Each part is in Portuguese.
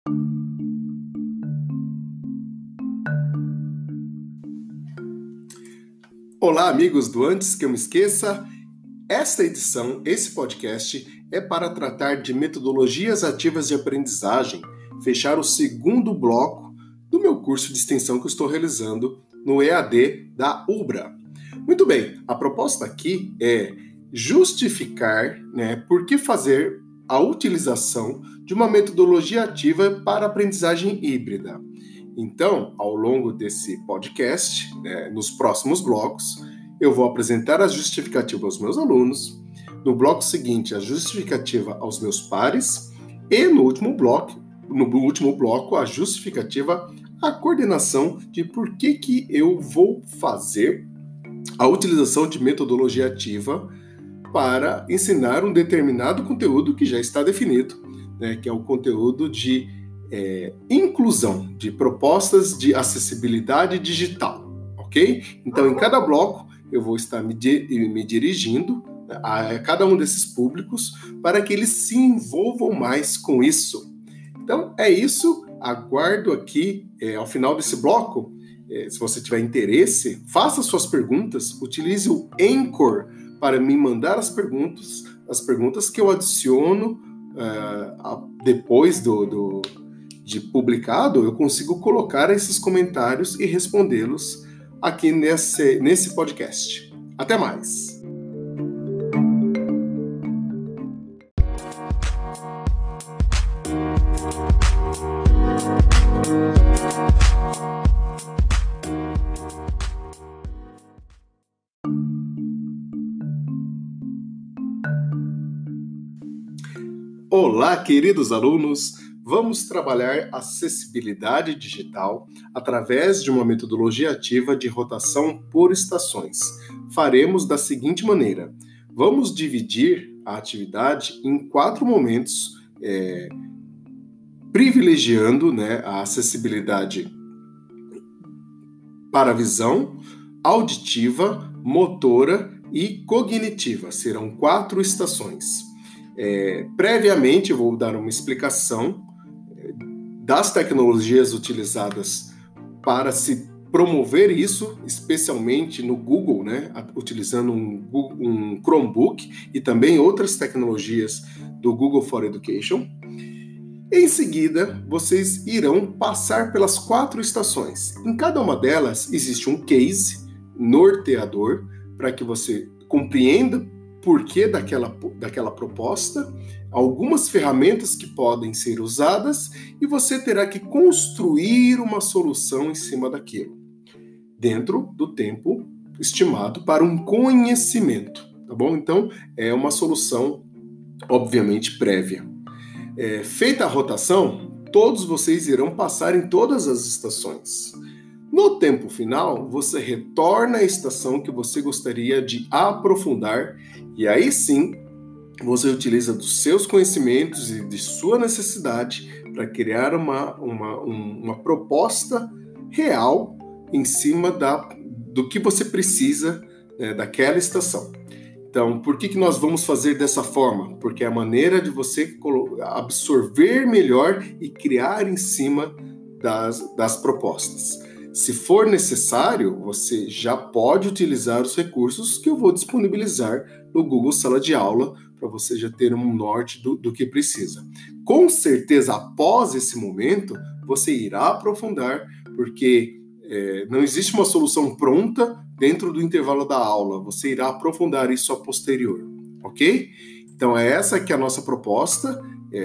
Olá, amigos do Antes Que Eu Me Esqueça. Esta edição, esse podcast, é para tratar de metodologias ativas de aprendizagem, fechar o segundo bloco do meu curso de extensão que eu estou realizando no EAD da UBRA. Muito bem, a proposta aqui é justificar, por que fazer a utilização de uma metodologia ativa para aprendizagem híbrida. Então, ao longo desse podcast, nos próximos blocos, eu vou apresentar a justificativa aos meus alunos, no bloco seguinte, a justificativa aos meus pares, e no último bloco, a justificativa à coordenação de por que eu vou fazer a utilização de metodologia ativa para ensinar um determinado conteúdo que já está definido, que é o conteúdo de inclusão, de propostas de acessibilidade digital, ok? Então, em cada bloco, eu vou estar me dirigindo a cada um desses públicos para que eles se envolvam mais com isso. Então, é isso. Aguardo aqui, ao final desse bloco, se você tiver interesse, faça suas perguntas, utilize o Anchor para me mandar as perguntas que eu adiciono depois de publicado, eu consigo colocar esses comentários e respondê-los aqui nesse podcast. Até mais! Olá, queridos alunos! Vamos trabalhar acessibilidade digital através de uma metodologia ativa de rotação por estações. Faremos da seguinte maneira: vamos dividir a atividade em 4 momentos, privilegiando a acessibilidade para a visão, auditiva, motora e cognitiva. Serão 4 estações. Previamente, eu vou dar uma explicação das tecnologias utilizadas para se promover isso, especialmente no Google, utilizando um Chromebook e também outras tecnologias do Google for Education. Em seguida, vocês irão passar pelas 4 estações. Em cada uma delas existe um case norteador para que você compreenda porquê daquela proposta, algumas ferramentas que podem ser usadas e você terá que construir uma solução em cima daquilo, dentro do tempo estimado para um conhecimento, tá bom? Então, é uma solução, obviamente, prévia. Feita a rotação, todos vocês irão passar em todas as estações. No tempo final, você retorna à estação que você gostaria de aprofundar e aí sim, você utiliza dos seus conhecimentos e de sua necessidade para criar uma proposta real em cima do que você precisa daquela estação. Então, por que nós vamos fazer dessa forma? Porque é a maneira de você absorver melhor e criar em cima das propostas. Se for necessário, você já pode utilizar os recursos que eu vou disponibilizar no Google Sala de Aula para você já ter um norte do que precisa. Com certeza, após esse momento, você irá aprofundar, porque não existe uma solução pronta dentro do intervalo da aula. Você irá aprofundar isso a posterior, ok? Então, é essa que é a nossa proposta.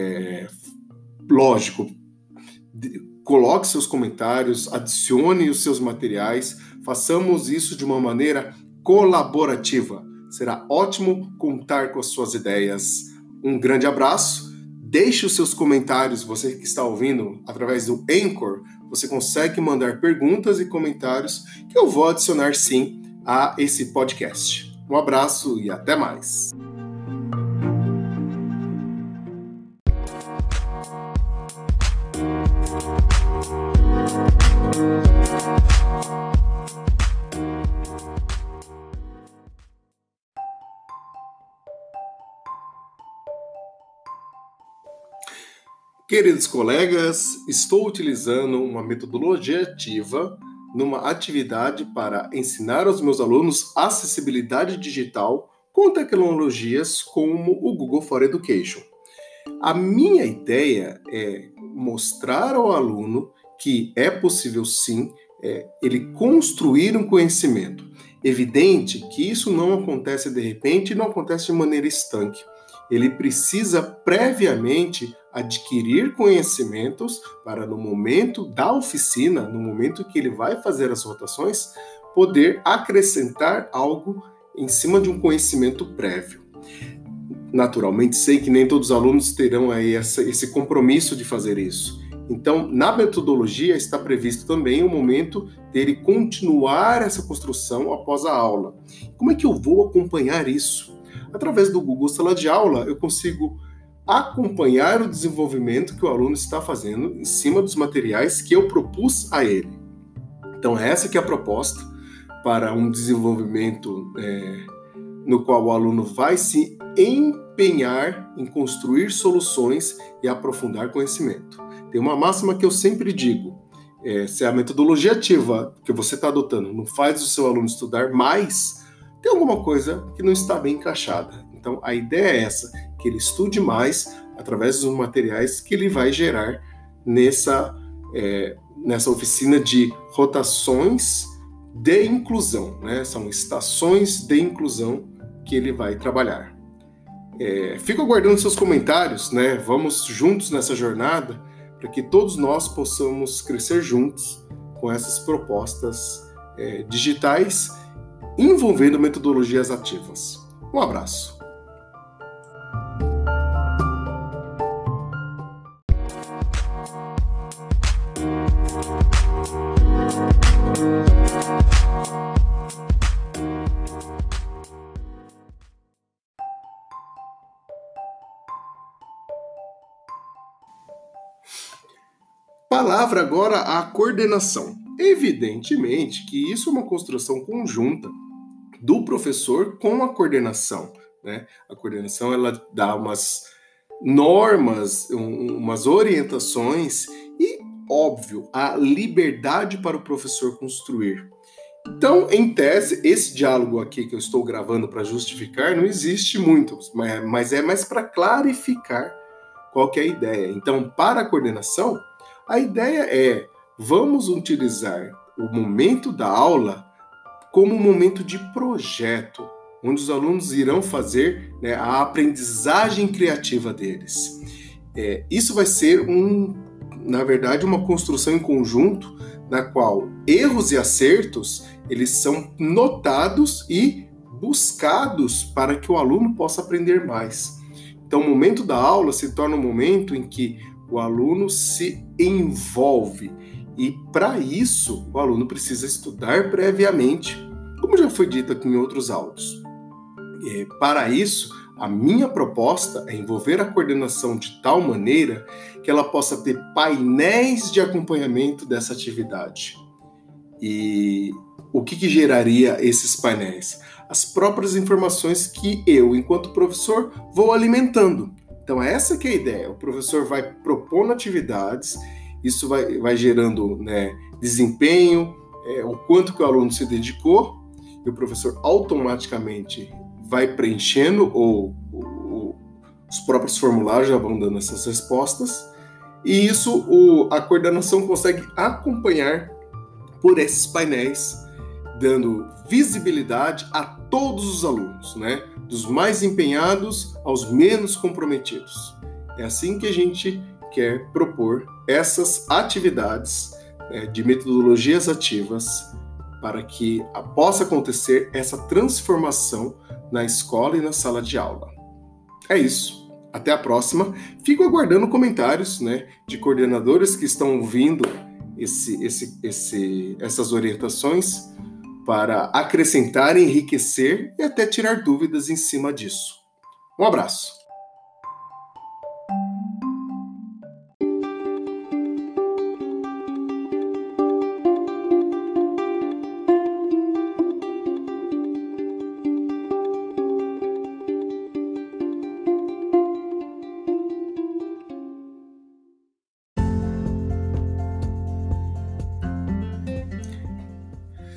Lógico, coloque seus comentários, adicione os seus materiais, façamos isso de uma maneira colaborativa. Será ótimo contar com as suas ideias. Um grande abraço. Deixe os seus comentários, você que está ouvindo através do Anchor, você consegue mandar perguntas e comentários que eu vou adicionar sim a esse podcast. Um abraço e até mais. Queridos colegas, estou utilizando uma metodologia ativa numa atividade para ensinar aos meus alunos acessibilidade digital com tecnologias como o Google for Education. A minha ideia é mostrar ao aluno que é possível sim ele construir um conhecimento. Evidente que isso não acontece de repente e não acontece de maneira estanque. Ele precisa previamente adquirir conhecimentos para no momento da oficina, no momento que ele vai fazer as rotações, poder acrescentar algo em cima de um conhecimento prévio. Naturalmente, sei que nem todos os alunos terão aí esse compromisso de fazer isso. Então, na metodologia está previsto também o momento dele continuar essa construção após a aula. Como é que eu vou acompanhar isso? Através do Google Sala de Aula, eu consigo acompanhar o desenvolvimento que o aluno está fazendo em cima dos materiais que eu propus a ele. Então, essa que é a proposta para um desenvolvimento no qual o aluno vai se empenhar em construir soluções e aprofundar conhecimento. Tem uma máxima que eu sempre digo, se a metodologia ativa que você está adotando não faz o seu aluno estudar mais, tem alguma coisa que não está bem encaixada. Então, a ideia é essa, que ele estude mais através dos materiais que ele vai gerar nessa oficina de rotações de inclusão, né? São estações de inclusão que ele vai trabalhar. Fico aguardando seus comentários, né? Vamos juntos nessa jornada para que todos nós possamos crescer juntos com essas propostas digitais envolvendo metodologias ativas. Um abraço. Palavra agora à coordenação. Evidentemente que isso é uma construção conjunta do professor com a coordenação, né? A coordenação ela dá umas normas, umas orientações e, óbvio, a liberdade para o professor construir. Então, em tese, esse diálogo aqui que eu estou gravando para justificar não existe muito, mas é mais para clarificar qual que é a ideia. Então, para a coordenação, a ideia é, vamos utilizar o momento da aula como um momento de projeto, onde os alunos irão fazer a aprendizagem criativa deles. Isso vai ser, na verdade, uma construção em conjunto, na qual erros e acertos eles são notados e buscados para que o aluno possa aprender mais. Então, o momento da aula se torna um momento em que o aluno se envolve e, para isso, o aluno precisa estudar previamente, como já foi dito aqui em outros áudios. Para isso, a minha proposta é envolver a coordenação de tal maneira que ela possa ter painéis de acompanhamento dessa atividade. E o que geraria esses painéis? As próprias informações que eu, enquanto professor, vou alimentando. Então, essa que é a ideia. O professor vai propondo atividades, isso vai gerando desempenho, o quanto que o aluno se dedicou, e o professor automaticamente vai preenchendo, ou os próprios formulários já vão dando essas respostas, e isso a coordenação consegue acompanhar por esses painéis, dando visibilidade a todos os alunos, né? Dos mais empenhados aos menos comprometidos. É assim que a gente quer propor essas atividades de metodologias ativas para que possa acontecer essa transformação na escola e na sala de aula. É isso. Até a próxima. Fico aguardando comentários de coordenadores que estão ouvindo essas orientações para acrescentar, enriquecer e até tirar dúvidas em cima disso. Um abraço!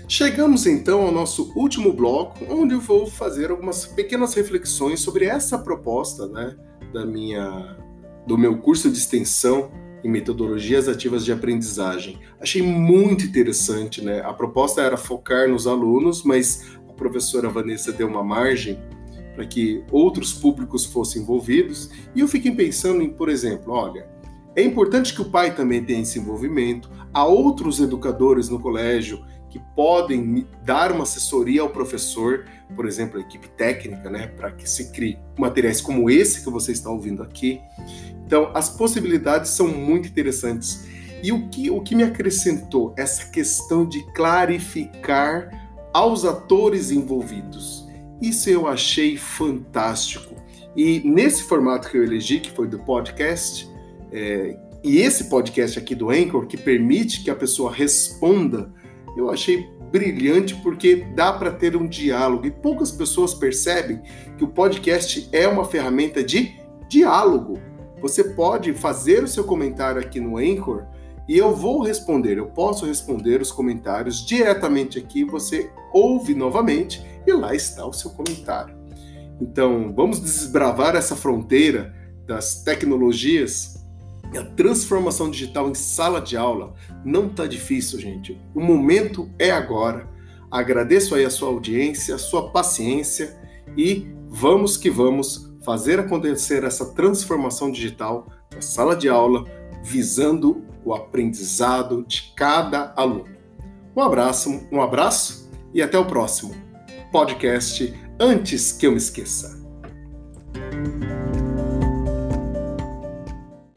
Chegamos então ao nosso último bloco, onde eu vou fazer algumas pequenas reflexões sobre essa proposta, né, do meu curso de extensão em metodologias ativas de aprendizagem. Achei muito interessante, né? A proposta era focar nos alunos, mas a professora Vanessa deu uma margem para que outros públicos fossem envolvidos, e eu fiquei pensando em, por exemplo, olha, é importante que o pai também tenha esse envolvimento, há outros educadores no colégio que podem dar uma assessoria ao professor, por exemplo, a equipe técnica, né, para que se crie materiais como esse que você está ouvindo aqui. Então, as possibilidades são muito interessantes. E o que me acrescentou? Essa questão de clarificar aos atores envolvidos. Isso eu achei fantástico. E nesse formato que eu elegi, que foi do podcast, e esse podcast aqui do Anchor, que permite que a pessoa responda, eu achei brilhante porque dá para ter um diálogo. E poucas pessoas percebem que o podcast é uma ferramenta de diálogo. Você pode fazer o seu comentário aqui no Anchor e eu posso responder os comentários diretamente aqui, você ouve novamente e lá está o seu comentário. Então, vamos desbravar essa fronteira das tecnologias. A transformação digital em sala de aula não está difícil, gente. O momento é agora. Agradeço aí a sua audiência, a sua paciência e vamos que vamos fazer acontecer essa transformação digital na sala de aula, visando o aprendizado de cada aluno. Um abraço e até o próximo podcast Antes que eu me esqueça.